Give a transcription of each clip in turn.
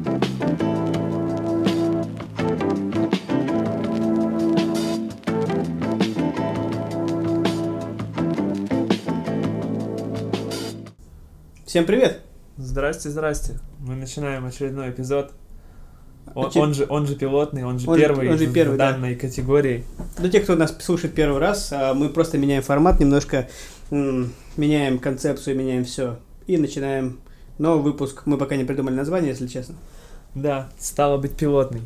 Всем привет! Здрасте. Мы начинаем очередной эпизод. Он же пилотный, он же первый в данной категории. Для тех, кто нас слушает первый раз, мы просто меняем формат, немножко меняем концепцию, меняем все. И начинаем новый выпуск. Мы пока не придумали название, если честно. Да, стало быть пилотный.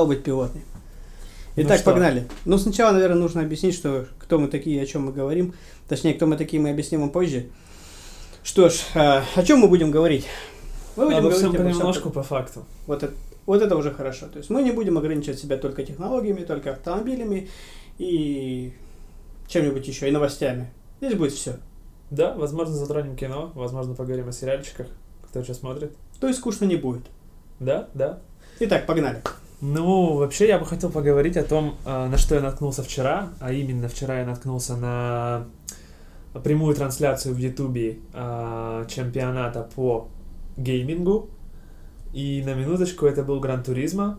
Итак, погнали. Ну, сначала, наверное, нужно объяснить, кто мы такие и о чем мы говорим. Точнее, кто мы такие, мы объясним вам позже. Что ж, о чем мы будем говорить? Мы будем говорить понемножку по факту. Вот это уже хорошо. То есть мы не будем ограничивать себя только технологиями, только автомобилями и чем-нибудь еще, и новостями. Здесь будет все. Да, возможно, затронем кино, возможно, поговорим о сериальчиках, кто что смотрит. То есть скучно не будет. Да. Итак, погнали. Ну, вообще, я бы хотел поговорить о том, на что я наткнулся вчера, а именно вчера я наткнулся на прямую трансляцию в Ютубе чемпионата по геймингу. И на минуточку это был Gran Turismo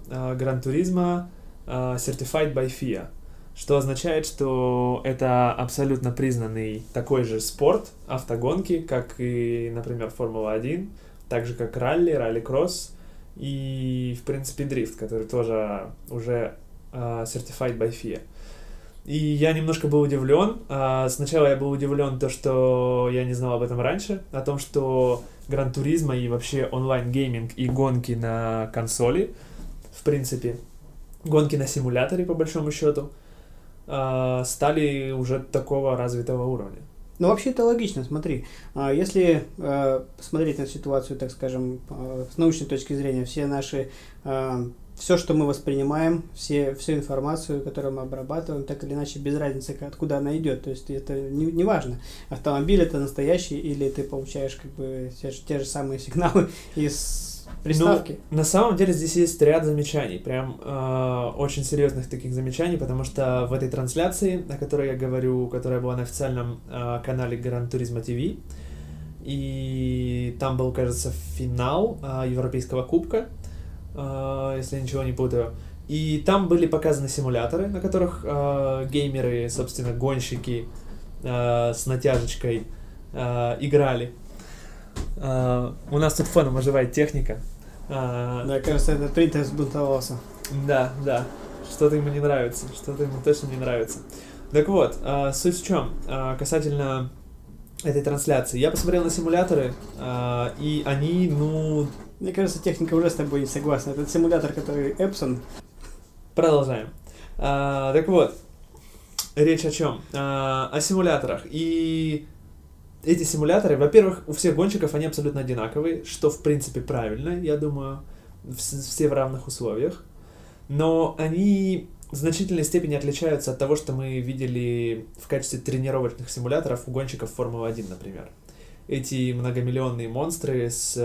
Certified by FIA. Что означает, что это абсолютно признанный такой же спорт, автогонки, как и, например, Формула-1, так же как ралли-кросс и, в принципе, дрифт, который тоже уже Certified by FIA. И я немножко был удивлен. Сначала я был удивлен то, что я не знал об этом раньше, о том, что Gran Turismo и вообще онлайн-гейминг и гонки на консоли, в принципе, гонки на симуляторе, по большому счету, стали уже такого развитого уровня. Ну, вообще это логично, смотри. Если посмотреть на ситуацию, так скажем, с научной точки зрения, все, что мы воспринимаем, всю информацию, которую мы обрабатываем, так или иначе, без разницы, откуда она идет. То есть это не важно, автомобиль это настоящий или ты получаешь как бы те же самые сигналы из приставки. Ну, на самом деле здесь есть ряд замечаний, прям очень серьезных таких замечаний, потому что в этой трансляции, о которой я говорю, которая была на официальном канале Gran Turismo TV, и там был, кажется, финал Европейского кубка, если я ничего не путаю. И там были показаны симуляторы, на которых геймеры, собственно, гонщики с натяжечкой играли. У нас тут фоном оживает техника. Да, кажется, этот принтер взбунтовался. Да. Что-то ему не нравится. Что-то ему точно не нравится. Так вот, суть в чем? Касательно этой трансляции. Я посмотрел на симуляторы, и они, Мне кажется, техника уже с тобой не согласна. Этот симулятор, который Epson. Продолжаем. Так вот, речь о чем? О симуляторах. И эти симуляторы, во-первых, у всех гонщиков они абсолютно одинаковые, что в принципе правильно, я думаю, все в равных условиях. Но они в значительной степени отличаются от того, что мы видели в качестве тренировочных симуляторов у гонщиков Формулы-1, например. Эти многомиллионные монстры с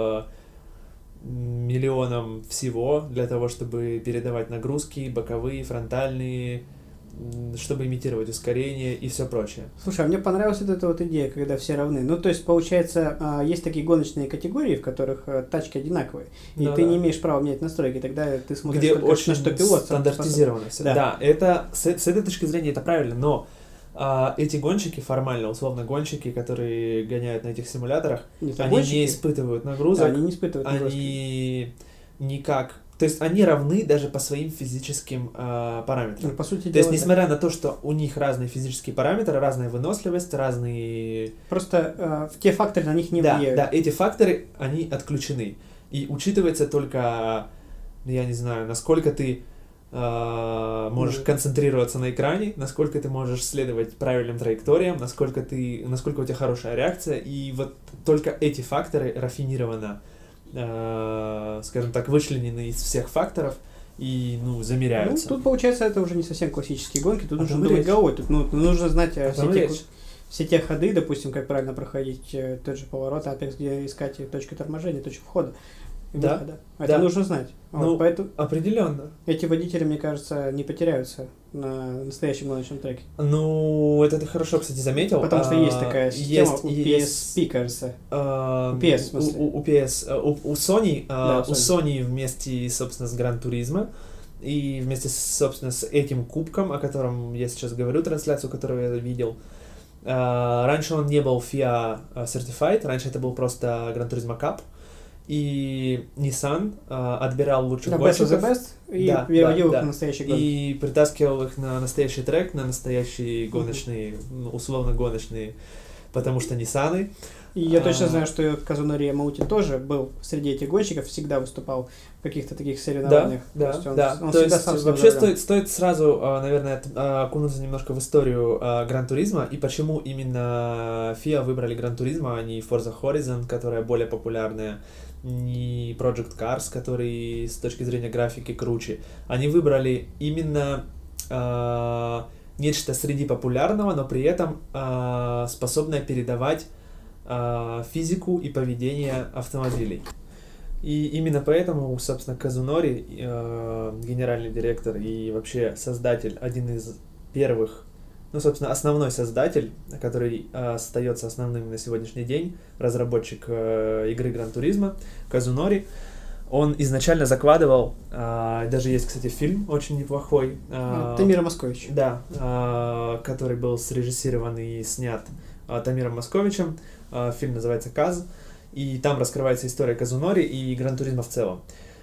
миллионом всего для того, чтобы передавать нагрузки, боковые, фронтальные, чтобы имитировать ускорение и все прочее. Слушай, а мне понравилась эта вот идея, когда все равны. Ну, то есть, получается, есть такие гоночные категории, в которых тачки одинаковые, и ты не имеешь права менять настройки, тогда ты смотришь где только очень на что пилот стандартизировано все. Да, это с этой точки зрения это правильно, но эти гонщики, формально, условно гонщики, которые гоняют на этих симуляторах, они не испытывают нагрузок. Да, они не испытывают нагрузки. Они никак... То есть они равны даже по своим физическим параметрам. Ну, по сути дела, то есть, несмотря на то, что у них разные физические параметры, разная выносливость, разные... Просто те факторы на них не влияют. Да, эти факторы, они отключены. И учитывается только, я не знаю, насколько ты можешь концентрироваться на экране, насколько ты можешь следовать правильным траекториям, насколько у тебя хорошая реакция. И вот только эти факторы рафинированно, скажем так, вычленены из всех факторов и, замеряются. Ну, тут, получается, это уже не совсем классические гонки, тут нужно думать головой, тут нужно знать все те ходы, допустим, как правильно проходить тот же поворот, опять где искать точку торможения, точку входа. Да. выхода. Это Да. нужно знать. Ну, Поэтому определенно. эти водители, мне кажется, не потеряются на настоящем гоночном треке. Ну, это ты хорошо, кстати, заметил. Потому что есть такая система у есть, PSP, кажется. PS, в смысле. у PS, у Sony, Да, у Sony вместе, собственно, с Gran Turismo и вместе, собственно, с этим кубком, о котором я сейчас говорю, трансляцию, которую я видел. Раньше он не был FIA Certified, раньше это был просто Gran Turismo Cup. И Nissan отбирал лучших гонщиков. Best of the best, и Да, переводил да, их да. на настоящий гонки. И притаскивал их на настоящий трек, на настоящие гоночные, условно гоночные, потому что Ниссаны. И я точно знаю, что Казунори Ямаути тоже был среди этих гонщиков, всегда выступал в каких-то таких соревнованиях. Да, То есть он, да. он То всегда есть сам вообще за рулем. стоит сразу, наверное, окунуться немножко в историю Гран Туризма и почему именно FIA выбрали Гран Туризма, а не Forza Horizon, которая более популярная, не Project Cars, который с точки зрения графики круче. Они выбрали именно нечто среди популярного, но при этом способное передавать физику и поведение автомобилей. И именно поэтому, собственно, Казунори, генеральный директор и вообще создатель, один из первых, ну, собственно, основной создатель, который остается основным на сегодняшний день, разработчик игры Гран Туризмо, Казунори, он изначально закладывал, даже есть, кстати, фильм очень неплохой. Тамира Москович. Да, который был срежиссирован и снят Тамиром Московичем. Фильм называется «Каз», и там раскрывается история Казунори и Гран Туризмо в целом.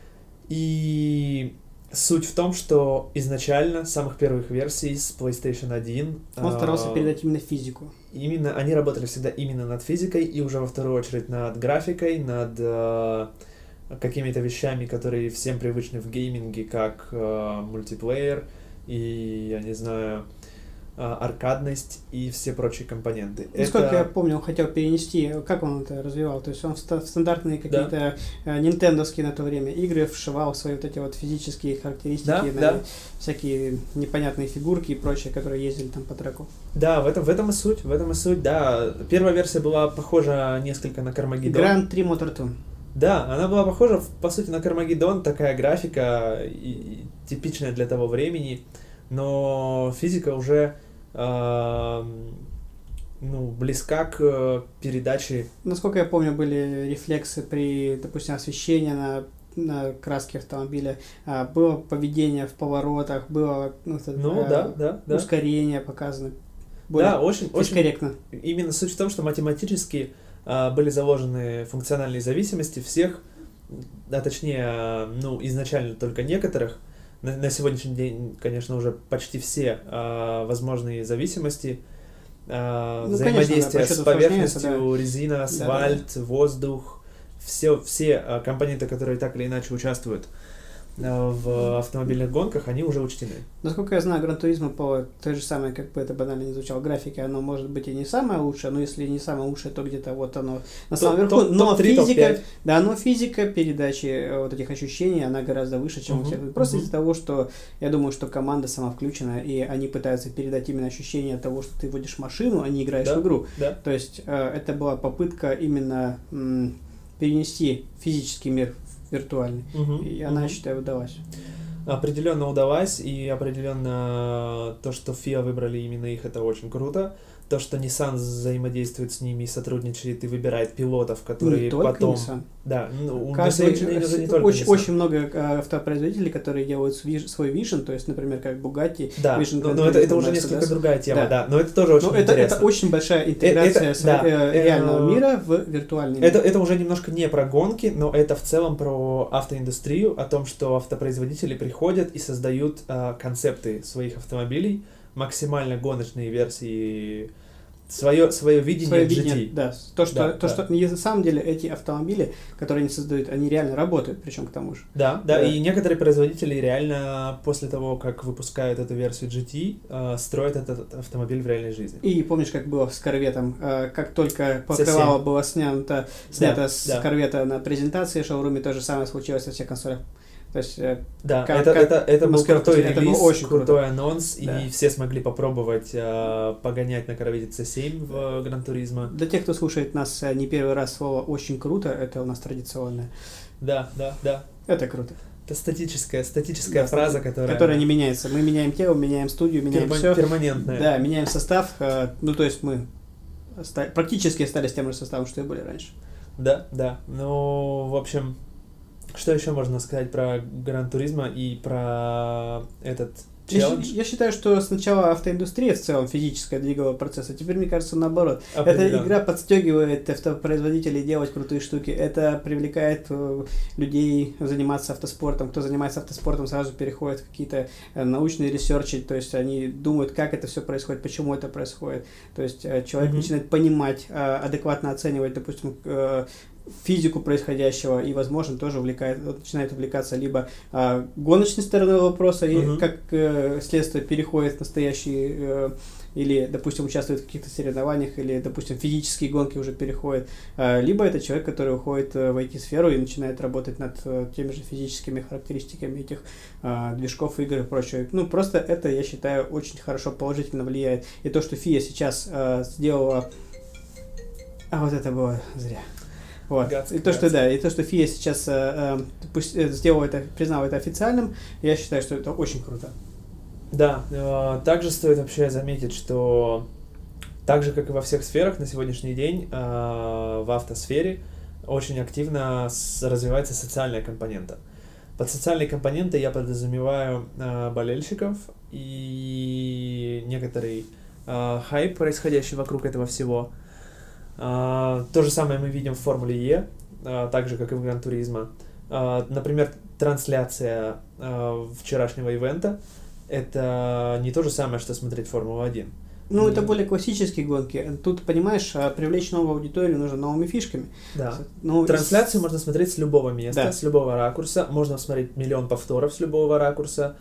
И суть в том, что изначально, с самых первых версий с PlayStation 1... Он старался передать именно физику. Именно, они работали всегда именно над физикой, и уже во вторую очередь над графикой, над какими-то вещами, которые всем привычны в гейминге, как мультиплеер и, я не знаю, аркадность и все прочие компоненты. Насколько я помню, он хотел перенести, как он это развивал, то есть он в стандартные какие-то нинтендовские на то время игры вшивал свои вот эти вот физические характеристики на всякие непонятные фигурки и прочее, которые ездили там по треку. Да, в этом и суть, да. Первая версия была похожа несколько на Кармагеддон. Grand 3 Motor 2. Да, она была похожа, по сути, на Кармагеддон, такая графика, типичная для того времени, но физика уже близка к передаче. Насколько я помню, были рефлексы при, допустим, освещении на краске автомобиля, было поведение в поворотах, было ускорение показано. Очень корректно. Именно суть в том, что математически были заложены функциональные зависимости всех, точнее, изначально только некоторых. На сегодняшний день, конечно, уже почти все возможные зависимости, взаимодействие с поверхностью, резина, асфальт, воздух, все компоненты, которые так или иначе участвуют в автомобильных гонках, они уже учтены. Насколько я знаю, Гран Туризмо по той же самой, как бы это банально не звучало, графике, оно может быть и не самое лучшее, но если не самое лучшее, то где-то вот оно на самом верху. Но физика передачи вот этих ощущений, она гораздо выше, чем у всех. Просто из-за того, что я думаю, что команда сама включена, и они пытаются передать именно ощущение того, что ты водишь машину, а не играешь в игру. Да. То есть это была попытка именно перенести физический мир виртуальный. И она, я считаю, удалась. Определенно удалась, и определенно то, что FIA выбрали именно их, это очень круто. То, что Nissan взаимодействует с ними, сотрудничает и выбирает пилотов, которые не только потом... Nissan. Да, очень много автопроизводителей, которые делают свой Vision, то есть, например, как Bugatti. Да, Vision, но это уже несколько другая тема, да. Но это тоже очень интересно. Это очень большая интеграция реального мира в виртуальный мир. Это уже немножко не про гонки, но это в целом про автоиндустрию, о том, что автопроизводители приходят и создают концепты своих автомобилей, максимально гоночные версии, свое видение GT. Да, что на самом деле эти автомобили, которые они создают, они реально работают, причем к тому же. Да, и некоторые производители реально после того, как выпускают эту версию GT, строят этот автомобиль в реальной жизни. И помнишь, как было с корветом, как только покрывало было снято с корвета на презентации, в шоуруме то же самое случилось со всех консолях. То есть, это был крутой релиз, очень крутой анонс, и все смогли попробовать погонять на Corvette C7 в Гран Туризмо. Для тех, кто слушает нас не первый раз, слово «очень круто», это у нас традиционное. Да, да, да. Это круто. Это статическая Да, фраза, которая... Которая не меняется. Мы меняем тело, меняем студию, меняем все. Перманентная. Да, меняем состав. Ну, то есть мы практически остались тем же составом, что и были раньше. Да, да. Ну, в общем, что еще можно сказать про Гран-туризмо и про этот челлендж? Я считаю, что сначала автоиндустрия в целом физическая двигала процесс, а теперь, мне кажется, наоборот. Определенно. Эта игра подстегивает автопроизводителей делать крутые штуки. Это привлекает людей заниматься автоспортом. Кто занимается автоспортом, сразу переходит в какие-то научные ресерчи. То есть они думают, как это все происходит, почему это происходит. То есть человек начинает понимать, адекватно оценивать, допустим, физику происходящего и, возможно, тоже начинает увлекаться либо гоночной стороной вопроса, и как следствие переходит в настоящие или, допустим, участвует в каких-то соревнованиях, или, допустим, физические гонки уже переходят, либо это человек, который уходит в IT-сферу и начинает работать над теми же физическими характеристиками этих движков, игр и прочего. Ну, просто это, я считаю, очень хорошо положительно влияет. И то, что FIA сейчас сделала... А вот это было зря. Вот. И то, что FIA сейчас сделала это, признала это официальным, я считаю, что это очень круто. Да, также стоит вообще заметить, что так же, как и во всех сферах на сегодняшний день, в автосфере очень активно развивается социальная компонента. Под социальной компонентой я подразумеваю болельщиков и некоторый хайп, происходящий вокруг этого всего. То же самое мы видим в Формуле Е, так же, как и в Гран-туризмо. Например, трансляция вчерашнего ивента — это не то же самое, что смотреть Формулу-1. Ну, это более классические гонки. Тут, понимаешь, привлечь новую аудиторию нужно новыми фишками. Да. Трансляцию можно смотреть с любого места, да, с любого ракурса. Можно смотреть миллион повторов с любого ракурса.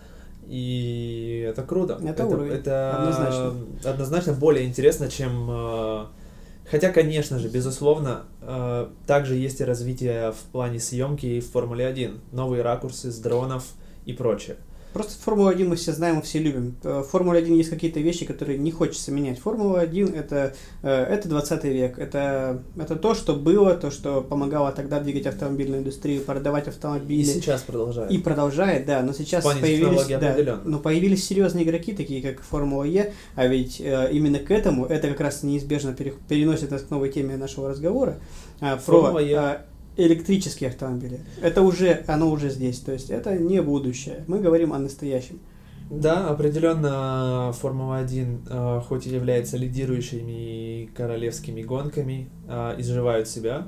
И это круто. Это однозначно более интересно, чем... Хотя, конечно же, безусловно, также есть и развитие в плане съемки в Формуле 1. Новые ракурсы с дронов и прочее. Просто Формулу-1 мы все знаем и все любим. В Формуле 1 есть какие-то вещи, которые не хочется менять. Формула-1 это 20 век. Это то, что было, то, что помогало тогда двигать автомобильную индустрию, продавать автомобили. И сейчас продолжает. И продолжает, да. Но сейчас появились серьезные игроки, такие как Формула Е, а ведь именно к этому, это как раз неизбежно переносит нас к новой теме нашего разговора. Формула Е. Электрические автомобили. Оно уже здесь, то есть это не будущее. Мы говорим о настоящем. Да, определенно Формула-1, хоть и является лидирующими королевскими гонками, изживают себя.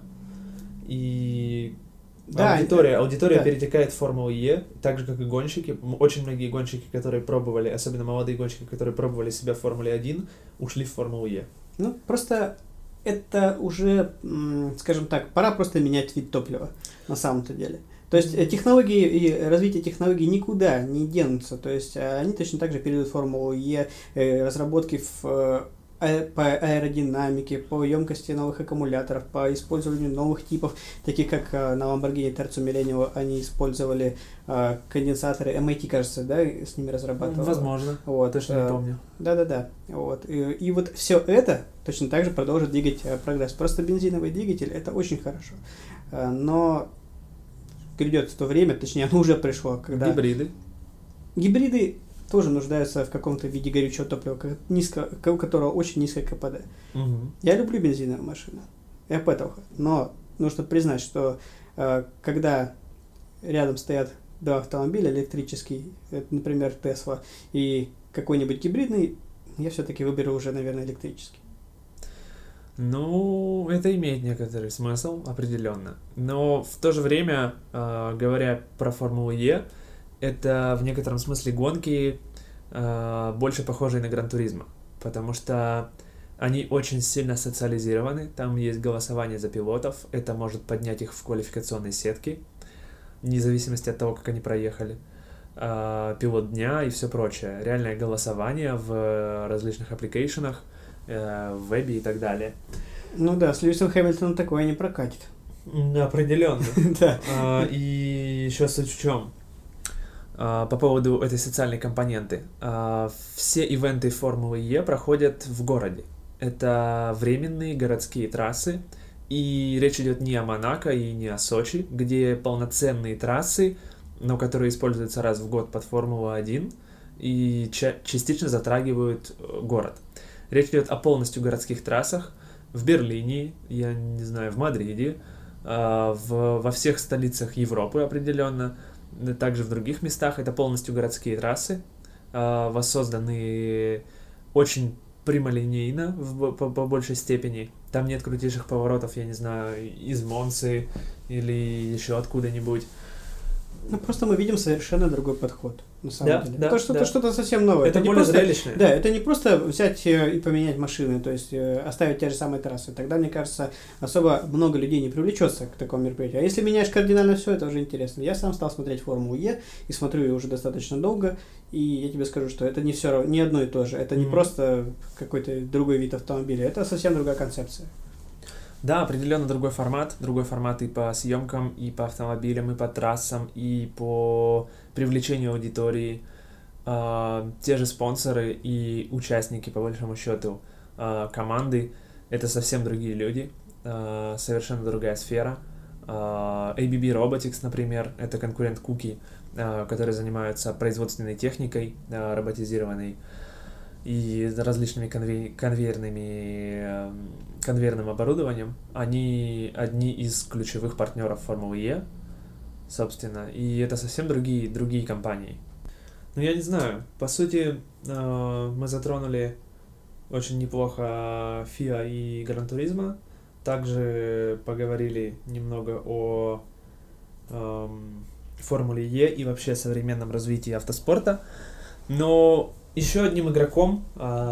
И да, аудитория да, перетекает в Формулу Е, так же, как и гонщики. Очень многие гонщики, которые пробовали, особенно молодые гонщики, которые пробовали себя в Формуле 1, ушли в Формулу Е. Ну, просто... Это уже, скажем так, пора просто менять вид топлива на самом-то деле. То есть технологии и развитие технологий никуда не денутся. То есть они точно так же перейдут в Формулу Е, разработки по аэродинамике, по емкости новых аккумуляторов, по использованию новых типов, таких как на Lamborghini Terzo Millennio они использовали конденсаторы, MIT, кажется, да, с ними разрабатывал. Возможно, вот, точно не помню. Да. Вот. И вот все это точно так же продолжит двигать прогресс. Просто бензиновый двигатель — это очень хорошо. Но грядет то время, точнее, оно уже пришло, когда... Гибриды тоже нуждаются в каком-то виде горючего топлива, у которого очень низкое КПД. Угу. Я люблю бензиновые машины, я пэтовха, но нужно признать, что когда рядом стоят два автомобиля, электрический, например, Tesla, и какой-нибудь гибридный, я все-таки выберу уже, наверное, электрический. Ну, это имеет некоторый смысл, определенно. Но в то же время, говоря про Формулу Е, это в некотором смысле гонки больше похожие на Гран-туризмо, потому что они очень сильно социализированы, там есть голосование за пилотов, это может поднять их в квалификационной сетке, вне зависимости от того, как они проехали, пилот дня и все прочее, реальное голосование в различных аппликейшенах, в вебе и так далее. Ну да, с Льюисом Хэмилтоном такое не прокатит. Определенно. Да. И еще суть в чем? По поводу этой социальной компоненты. Все ивенты Формулы Е проходят в городе. Это временные городские трассы, И речь идет не о Монако и не о Сочи, где полноценные трассы, но которые используются раз в год под Формулу-1 и частично затрагивают город. Речь идет о полностью городских трассах в Берлине, я не знаю, в Мадриде, во всех столицах Европы определенно, также в других местах. Это полностью городские трассы, воссозданы очень прямолинейно по большей степени. Там нет крутейших поворотов, я не знаю, из Монцы или еще откуда-нибудь. Ну, просто мы видим совершенно другой подход, на самом деле. Да, это что-то совсем новое. Это более зрелищное. Да, это не просто взять и поменять машины, то есть оставить те же самые трассы. Тогда, мне кажется, особо много людей не привлечется к такому мероприятию. А если меняешь кардинально все, это уже интересно. Я сам стал смотреть Формулу Е, и смотрю ее уже достаточно долго, и я тебе скажу, что это не все не одно и то же. Это не просто какой-то другой вид автомобиля, это совсем другая концепция. Да, определенно другой формат и по съемкам, и по автомобилям, и по трассам, и по привлечению аудитории. Те же спонсоры и участники, по большому счету, команды, это совсем другие люди, совершенно другая сфера. ABB Robotics, например, это конкурент Куки, которые занимаются производственной техникой, роботизированной, и различными конвейерным оборудованием. Они одни из ключевых партнеров Формулы Е, собственно, и это совсем другие компании. Но я не знаю, по сути, мы затронули очень неплохо FIA и Gran Turismo, также поговорили немного о Формуле Е и вообще современном развитии автоспорта, но еще одним игроком,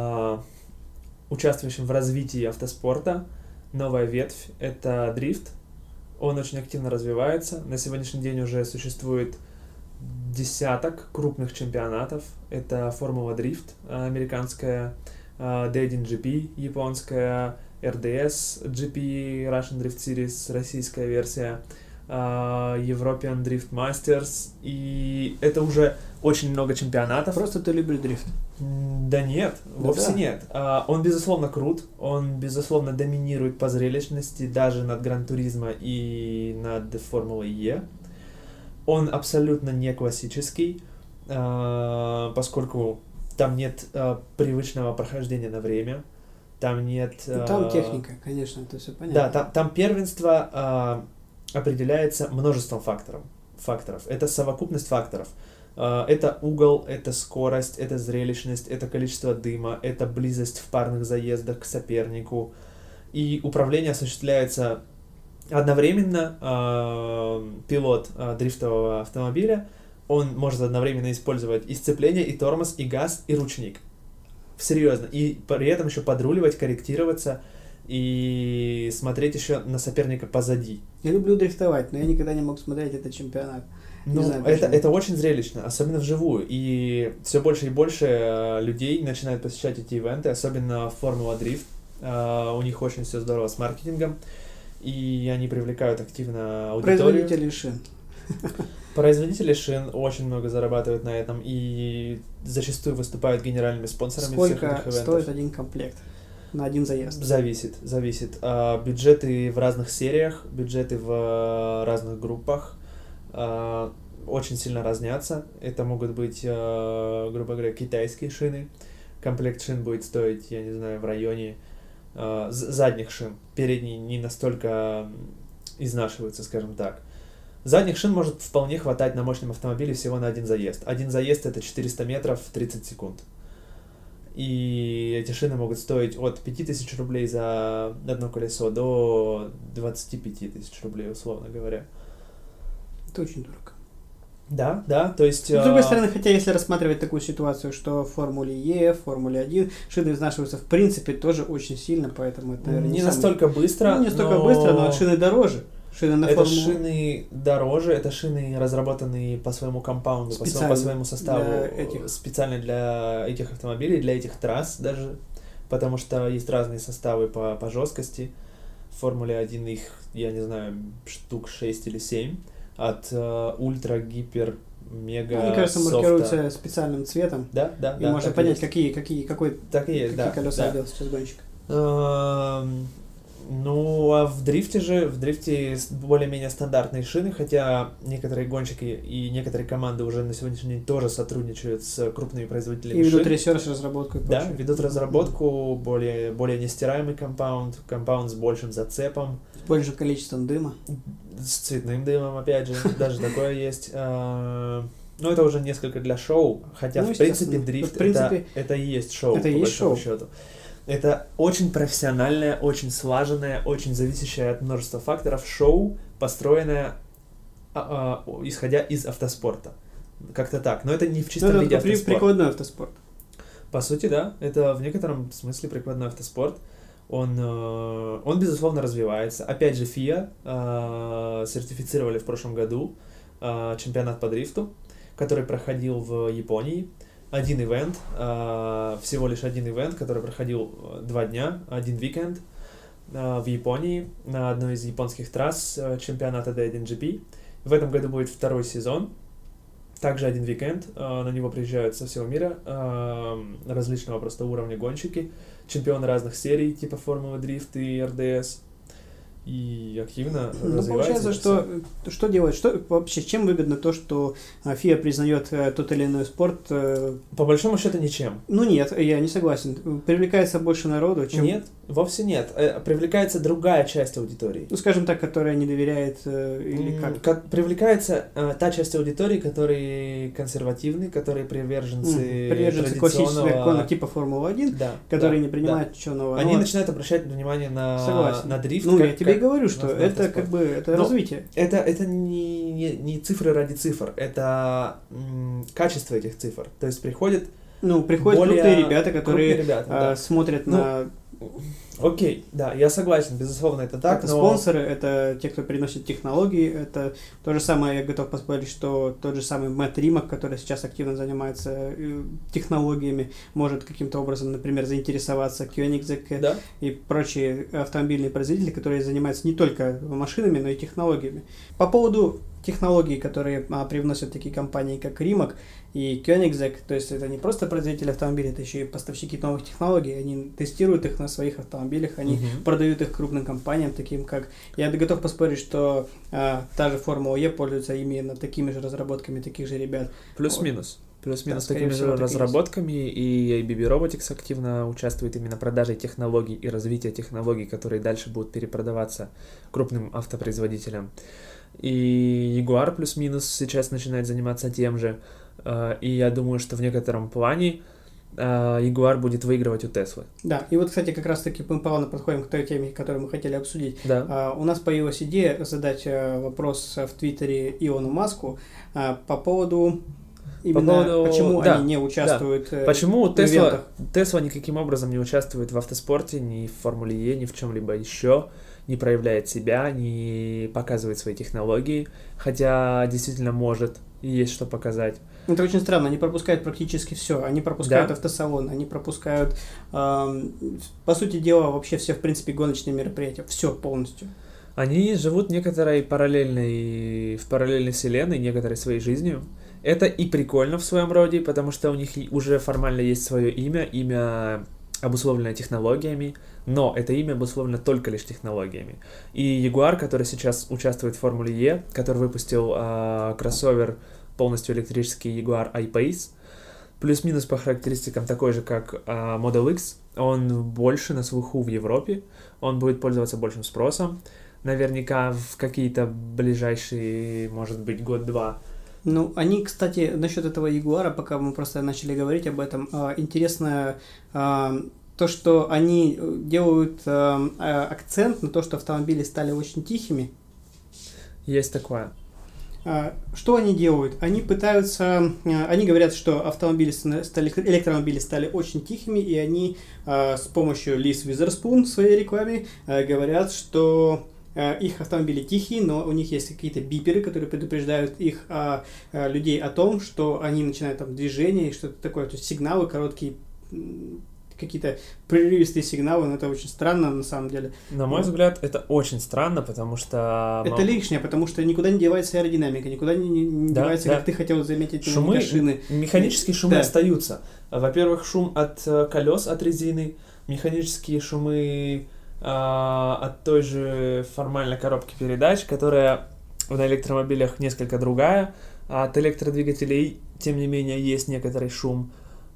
участвующим в развитии автоспорта, новая ветвь, это дрифт. Он очень активно развивается. На сегодняшний день уже существует десяток крупных чемпионатов. Это Формула Дрифт американская, D1GP японская, RDS GP, Russian Drift Series, российская версия, European Drift Masters, и это уже очень много чемпионатов. Просто ты любишь дрифт? Да нет, вовсе нет. Он, безусловно, крут, он, безусловно, доминирует по зрелищности даже над Гран-туризмо и над Формулой Е. Он абсолютно не классический, поскольку там нет привычного прохождения на время, там нет... Там техника, конечно, это все понятно. Да, там первенство определяется множеством факторов. Это совокупность факторов. Это угол, это скорость, это зрелищность, это количество дыма, это близость в парных заездах к сопернику. И управление осуществляется одновременно. Пилот дрифтового автомобиля, он может одновременно использовать и сцепление, и тормоз, и газ, и ручник. Серьезно. И при этом еще подруливать, корректироваться и смотреть еще на соперника позади. Я люблю дрифтовать, но я никогда не мог смотреть этот чемпионат. Ну, это очень зрелищно, особенно вживую. И все больше и больше людей начинают посещать эти ивенты, особенно Формула Дрифт. У них очень все здорово с маркетингом, и они привлекают активно аудиторию. Производители шин очень много зарабатывают на этом и зачастую выступают генеральными спонсорами всех этих ивентов. Сколько стоит один комплект на один заезд? Зависит. Бюджеты в разных сериях, бюджеты в разных группах очень сильно разнятся. Это могут быть, грубо говоря, китайские шины. Комплект шин будет стоить, я не знаю, в районе задних шин. Передние не настолько изнашиваются, скажем так. Задних шин может вполне хватать на мощном автомобиле всего на один заезд. Один заезд — это 400 метров в 30 секунд. И эти шины могут стоить от 5000 рублей за одно колесо до 25 тысяч рублей, условно говоря. Это очень дорого. Да, то есть... С другой стороны, хотя если рассматривать такую ситуацию, что в Формуле Е, в Формуле 1 шины изнашиваются в принципе тоже очень сильно, поэтому это, наверное, не настолько быстро. Ну, не настолько быстро, но шины дороже. Шины дороже, это шины, разработанные по своему компаунду, по своему составу, специально для этих автомобилей, для этих трасс даже, потому что есть разные составы по жесткости. В Формуле 1 их, я не знаю, штук 6 или 7, от ультра, гипер, мега, мне кажется, маркируются специальным цветом. Да. И можно понять, какие колеса делал сейчас гонщик. Ну, а в дрифте более-менее стандартные шины, хотя некоторые гонщики и некоторые команды уже на сегодняшний день тоже сотрудничают с крупными производителями И ведут шин. ресерч, разработку и Да, прочее. ведут разработку, более нестираемый компаунд с большим зацепом, С большим количеством дыма. с цветным дымом, опять же, даже такое есть. Но это уже несколько для шоу, хотя, Ну, в принципе, естественно. дрифт В принципе, это и есть шоу, это по и есть большому шоу. счету. Это очень профессиональное, очень слаженное, очень зависящее от множества факторов шоу, построенное исходя из автоспорта. Как-то так. Но это не в чистом Ну, виде это автоспорт. прикладной автоспорт. По сути, да. Это в некотором смысле прикладной автоспорт. Он безусловно, развивается. Опять же, FIA сертифицировали в прошлом году чемпионат по дрифту, который проходил в Японии. Один ивент, всего лишь один ивент, который проходил 2 дня, один уикенд в Японии на одной из японских трасс чемпионата D1GP. В этом году будет 2-й сезон, также один уикенд, на него приезжают со всего мира различного просто уровня гонщики, чемпионы разных серий типа Формулы Дрифт и РДС. И активно развивается. Получается, что делать? Что вообще, чем выгодно то, что ФИА признает тот или иной спорт? По большому счету ничем. Ну нет, я не согласен. Привлекается больше народу, чем... Нет, вовсе нет. Привлекается другая часть аудитории. Ну, скажем так, которая не доверяет или как? Привлекается та часть аудитории, которые консервативны, которые приверженцы Приверженцы классических традиционного... гонок типа Формулы-1, Да, которые да, не принимают ничего нового. Они начинают обращать внимание Согласен. на дрифт. Ну, я тебе и говорю, что на это автоспорт. как бы это Но развитие. Это не цифры ради цифр, это качество этих цифр. То есть приходят Крупные ребята, которые ребята, да. смотрят на... Окей, да, я согласен, безусловно, это так, Это но... спонсоры, это те, кто приносит технологии, это то же самое, я готов поспорить, что тот же самый Мэтт Римак, который сейчас активно занимается технологиями, может каким-то образом, например, заинтересоваться Koenigsegg Да. и прочие автомобильные производители, которые занимаются не только машинами, но и технологиями. По поводу технологий, которые привносят такие компании, как Rimac и Koenigsegg, то есть это не просто производители автомобилей, это еще и поставщики новых технологий, они тестируют их на своих автомобилях, они продают их крупным компаниям, таким как... Я готов поспорить, что та же Формула Е пользуется именно такими же разработками таких же ребят. Плюс-минус. Плюс-минус Да, такими же всего, разработками, и ABB Robotics активно участвует именно в продаже технологий и развитии технологий, которые дальше будут перепродаваться крупным автопроизводителям. И Jaguar плюс-минус сейчас начинает заниматься тем же, и я думаю, что в некотором плане Jaguar будет выигрывать у Теслы. Да, и вот, кстати, как раз-таки мы плавно подходим к той теме, которую мы хотели обсудить. Да. У нас появилась идея задать вопрос в Твиттере Илону Маску по поводу... почему они не участвуют почему в ивентах. Тесла никаким образом не участвует в автоспорте, ни в Формуле Е, ни в чем-либо еще, не проявляет себя, не показывает свои технологии, хотя действительно может и есть что показать. Это очень странно, они пропускают практически все. Они пропускают автосалоны, они пропускают, по сути дела, вообще все, в принципе, гоночные мероприятия. Все полностью. Они живут в параллельной вселенной, некоторой своей жизнью. Это и прикольно в своем роде, потому что у них уже формально есть свое имя обусловленное технологиями, но это имя обусловлено только лишь технологиями. И Jaguar, который сейчас участвует в Формуле Е, который выпустил кроссовер полностью электрический Jaguar I-Pace, плюс-минус по характеристикам такой же, как Model X, он больше на слуху в Европе, он будет пользоваться большим спросом, наверняка в какие-то ближайшие, может быть, год-два. Ну, они, кстати, насчет этого Ягуара, пока мы просто начали говорить об этом, интересно то, что они делают акцент на то, что автомобили стали очень тихими. Есть такое. Что они делают? Они пытаются, они говорят, что электромобили стали очень тихими, и они с помощью Лиз Уизерспун в своей рекламе говорят, что их автомобили тихие, но у них есть какие-то биперы, которые предупреждают их людей о том, что они начинают там движение и что-то такое, то есть сигналы короткие, какие-то прерывистые сигналы, но это очень странно на самом деле. На мой взгляд, это очень странно, потому что... Это лишнее, потому что никуда не девается аэродинамика, никуда не девается, как ты хотел заметить, шумы, шины. Механические шумы остаются. Во-первых, шум от колес, от резины, механические шумы от той же формальной коробки передач, которая на электромобилях несколько другая. От электродвигателей, тем не менее, есть некоторый шум.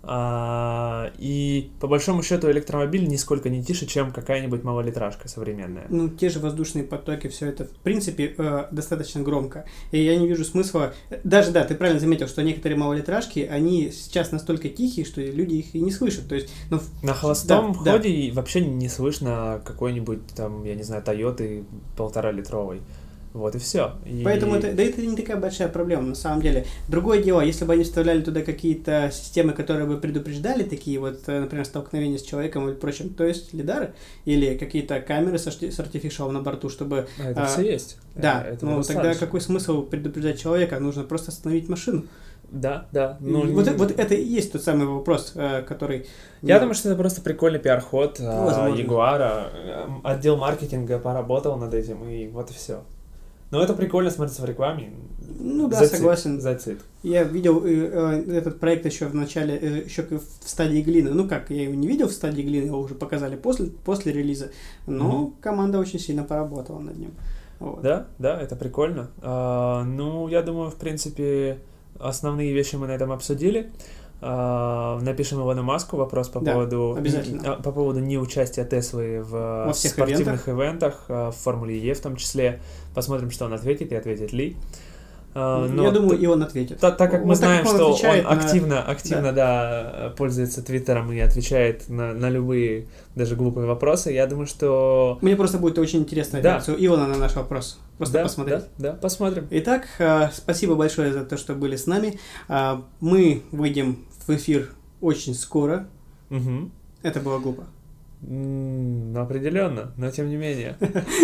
И по большому счету электромобиль нисколько не тише, чем какая-нибудь малолитражка современная. Ну, те же воздушные потоки, все это, в принципе, достаточно громко. И я не вижу смысла... Даже, да, ты правильно заметил, что некоторые малолитражки, они сейчас настолько тихие, что люди их и не слышат. То есть, ну, на холостом ходе вообще не слышно какой-нибудь, там, я не знаю, Тойоты 1,5-литровой. Вот и все. Поэтому это не такая большая проблема, на самом деле. Другое дело, если бы они вставляли туда какие-то системы, которые бы предупреждали такие вот, например, столкновения с человеком или прочим, то есть лидары или какие-то камеры с Artificial на борту, чтобы... это все есть. Да, ну тогда какой смысл предупреждать человека? Нужно просто остановить машину. Да. Ну, вот это и есть тот самый вопрос, который... Я думаю, что это просто прикольный пиар-ход Ягуара. Отдел маркетинга поработал над этим, и вот и все. Но это прикольно смотрится в рекламе. Ну да, согласен. That's it. Я видел этот проект еще в начале, еще в стадии глины. Ну как, я его не видел в стадии глины, его уже показали после релиза, но команда очень сильно поработала над ним. Вот. Да, это прикольно. Ну, я думаю, в принципе, основные вещи мы на этом обсудили. Напишем Илону Маску вопрос по поводу неучастия Теслы в спортивных ивентах, в Формуле Е в том числе. Посмотрим, что он ответит и ответит ли. Я думаю, и он ответит. Так как мы знаем, что он активно пользуется Твиттером и отвечает на любые, даже глупые вопросы, я думаю, что... Мне просто будет очень интересна реакция Илона на наш вопрос. Просто посмотреть. Да, посмотрим. Итак, спасибо большое за то, что были с нами. Мы выйдем в эфир очень скоро. Это было глупо. Определенно, но тем не менее.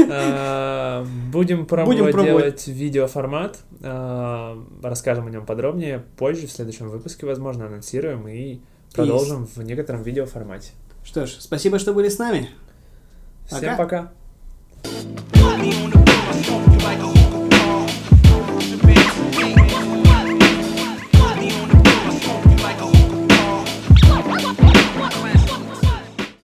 Будем пробовать делать видеоформат. Расскажем о нем подробнее позже, в следующем выпуске, возможно, анонсируем и продолжим в некотором видеоформате. Что ж, спасибо, что были с нами. Всем пока.